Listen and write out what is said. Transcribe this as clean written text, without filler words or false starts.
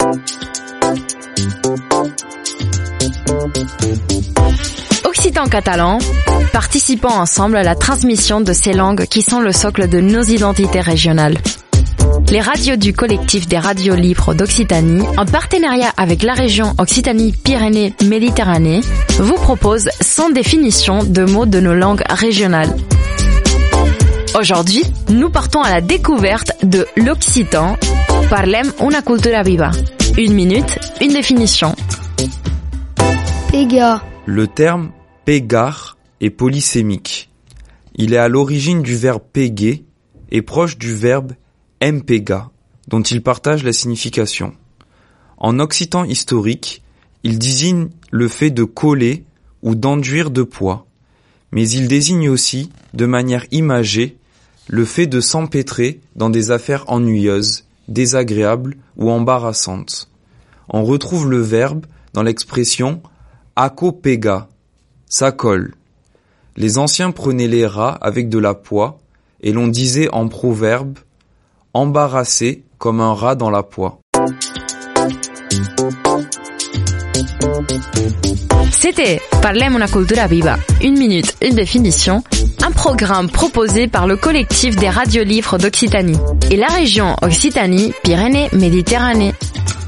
Occitan catalan, participons ensemble à la transmission de ces langues qui sont le socle de nos identités régionales. Les radios du collectif des radios libres d'Occitanie, en partenariat avec la région Occitanie-Pyrénées-Méditerranée, vous proposent 100 définitions de mots de nos langues régionales. Aujourd'hui, nous partons à la découverte de l'occitan. Parlem una cultura viva. 1 minute, une définition. Pégard. Le terme pégard est polysémique. Il est à l'origine du verbe péguer et proche du verbe mpega, dont il partage la signification. En occitan historique, il désigne le fait de coller ou d'enduire de poids, mais il désigne aussi, de manière imagée, le fait de s'empêtrer dans des affaires ennuyeuses, désagréables ou embarrassantes. On retrouve le verbe dans l'expression acopéga, ça colle. Les anciens prenaient les rats avec de la poix et l'on disait en proverbe embarrassé comme un rat dans la poix. C'était Parlem una cultura viva. 1 minute, une définition. Un programme proposé par le collectif des radios libres d'Occitanie et la région Occitanie-Pyrénées-Méditerranée.